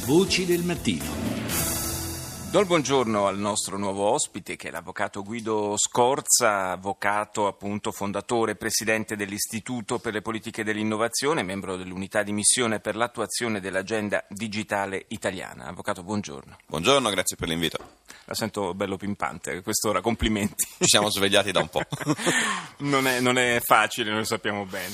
Voci del mattino. Do il buongiorno al nostro nuovo ospite, che è l'avvocato Guido Scorza, avvocato appunto fondatore e presidente dell'Istituto per le politiche dell'innovazione, membro dell'unità di missione per l'attuazione dell'agenda digitale italiana. Avvocato, buongiorno. Buongiorno, grazie per l'invito. La sento bello pimpante a quest'ora, complimenti. Ci siamo svegliati da un po'. Non è facile, noi lo sappiamo bene.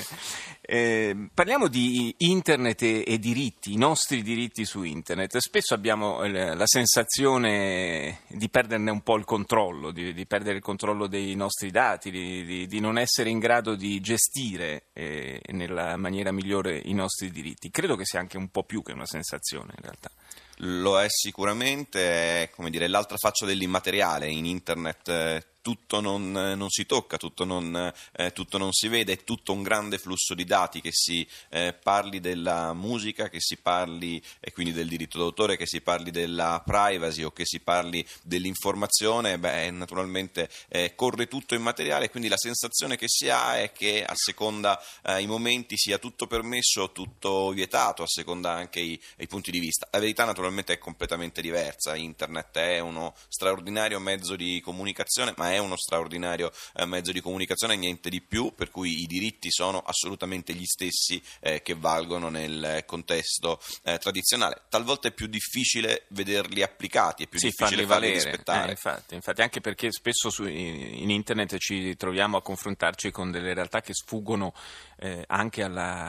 Parliamo di internet e diritti, i nostri diritti su internet. Spesso abbiamo la sensazione di perderne un po' il controllo, di perdere il controllo dei nostri dati, di non essere in grado di gestire nella maniera migliore i nostri diritti. Credo che sia anche un po' più che una sensazione, in realtà. Lo è sicuramente, è come dire, l'altra faccia dell'immateriale. In internet tutto non si tocca, tutto non si vede, è tutto un grande flusso di dati, che si parli della musica, che si parli quindi del diritto d'autore, che si parli della privacy o che si parli dell'informazione, naturalmente corre tutto immateriale, quindi la sensazione che si ha è che a seconda i momenti sia tutto permesso, tutto vietato, a seconda anche i punti di vista. La verità naturalmente è completamente diversa. Internet è uno straordinario mezzo di comunicazione, ma è uno straordinario mezzo di comunicazione e niente di più, per cui i diritti sono assolutamente gli stessi che valgono nel contesto tradizionale. Talvolta è più difficile vederli applicati, è più difficile farli rispettare. Infatti, anche perché spesso in internet ci troviamo a confrontarci con delle realtà che sfuggono anche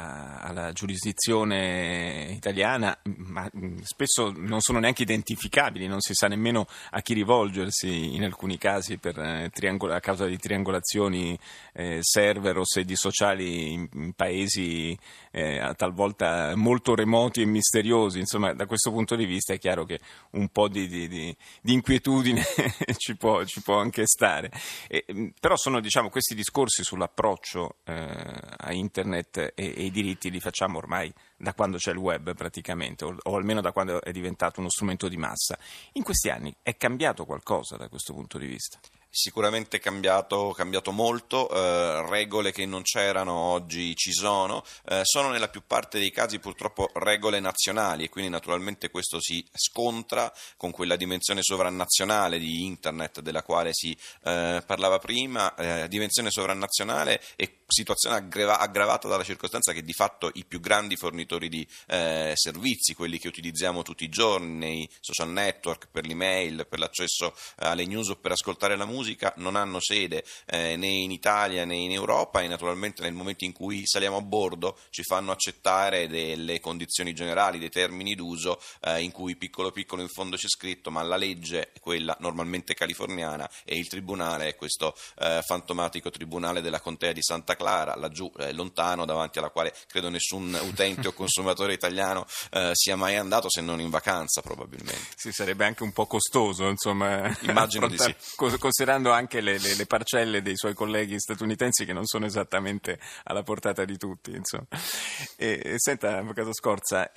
alla giurisdizione italiana, ma spesso non sono neanche identificabili, non si sa nemmeno a chi rivolgersi in alcuni casi a causa di triangolazioni server o sedi sociali in paesi talvolta molto remoti e misteriosi. Insomma, da questo punto di vista è chiaro che un po' di inquietudine ci può anche stare. Però sono, questi discorsi sull'approccio a internet e i diritti li facciamo ormai da quando c'è il web praticamente, o almeno da quando è diventato uno strumento di massa. In questi anni è cambiato qualcosa da questo punto di vista? Sicuramente cambiato molto, regole che non c'erano oggi ci sono nella più parte dei casi purtroppo regole nazionali, e quindi naturalmente questo si scontra con quella dimensione sovranazionale di internet della quale si parlava prima, dimensione sovranazionale e situazione aggravata dalla circostanza che di fatto i più grandi fornitori di servizi, quelli che utilizziamo tutti i giorni nei social network, per l'email, per l'accesso alle news o per ascoltare la musica, non hanno sede né in Italia né in Europa, e naturalmente nel momento in cui saliamo a bordo ci fanno accettare delle condizioni generali, dei termini d'uso in cui piccolo in fondo c'è scritto, ma la legge è quella normalmente californiana e il tribunale è questo fantomatico tribunale della contea di Santa Clara, laggiù lontano, davanti alla quale credo nessun utente o consumatore italiano sia mai andato, se non in vacanza probabilmente. Sì, sarebbe anche un po' costoso, insomma. Immagino di sì. Considerando anche le parcelle dei suoi colleghi statunitensi, che non sono esattamente alla portata di tutti, insomma. Senta, avvocato Scorza,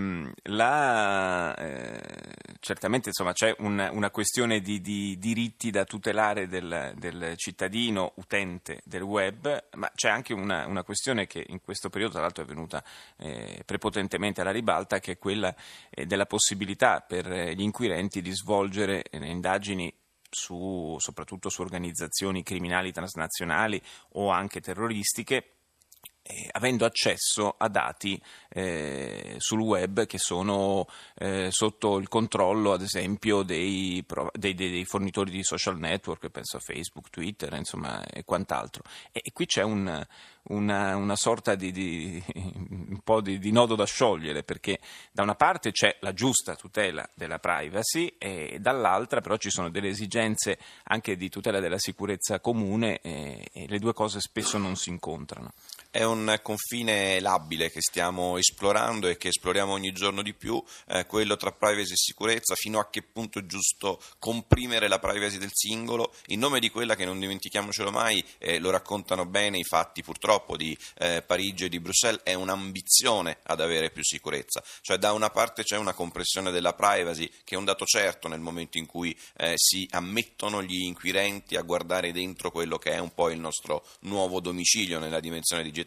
certamente insomma c'è una questione di diritti da tutelare del cittadino utente del web, ma c'è anche una questione che in questo periodo tra l'altro è venuta prepotentemente alla ribalta, che è quella della possibilità per gli inquirenti di svolgere indagini soprattutto su organizzazioni criminali transnazionali o anche terroristiche, avendo accesso a dati sul web che sono sotto il controllo, ad esempio, dei fornitori di social network, penso a Facebook, Twitter, insomma, e quant'altro. E qui c'è una sorta un po' di nodo da sciogliere, perché da una parte c'è la giusta tutela della privacy e dall'altra però ci sono delle esigenze anche di tutela della sicurezza comune, e le due cose spesso non si incontrano. È un confine labile che stiamo esplorando e che esploriamo ogni giorno di più, quello tra privacy e sicurezza. Fino a che punto è giusto comprimere la privacy del singolo in nome di quella che, non dimentichiamocelo mai, lo raccontano bene i fatti purtroppo di Parigi e di Bruxelles, è un'ambizione ad avere più sicurezza. Cioè, da una parte c'è una compressione della privacy, che è un dato certo nel momento in cui si ammettono gli inquirenti a guardare dentro quello che è un po' il nostro nuovo domicilio nella dimensione digitale,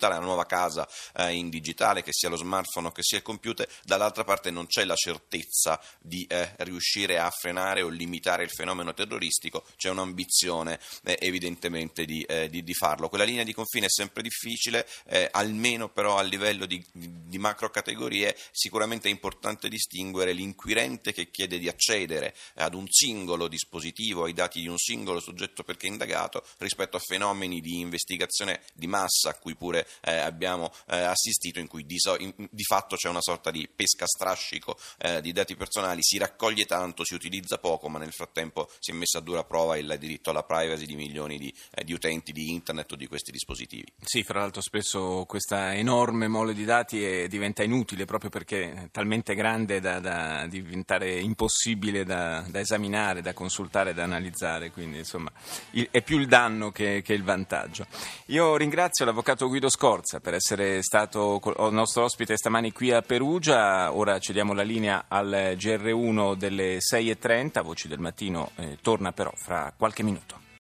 proprietà, la nuova casa in digitale, che sia lo smartphone o che sia il computer. Dall'altra parte non c'è la certezza di riuscire a frenare o limitare il fenomeno terroristico, c'è un'ambizione evidentemente di farlo. Quella linea di confine è sempre difficile, almeno però a livello di macro categorie. Sicuramente è importante distinguere l'inquirente che chiede di accedere ad un singolo dispositivo, ai dati di un singolo soggetto perché indagato, rispetto a fenomeni di investigazione di massa a cui pure abbiamo assistito, in cui di fatto c'è una sorta di pesca a strascico di dati personali, si raccoglie tanto, si utilizza poco, ma nel frattempo si è messa a dura prova il diritto alla privacy di milioni di utenti di internet o di questi dispositivi. Sì, fra l'altro spesso questa enorme mole di dati diventa inutile proprio perché è talmente grande da diventare impossibile da esaminare, da consultare, da analizzare, quindi insomma è più il danno che il vantaggio. Io ringrazio l'avvocato Guido Scorza per essere stato nostro ospite stamani qui a Perugia. Ora cediamo la linea al GR1 delle 6:30, Voci del Mattino torna però fra qualche minuto.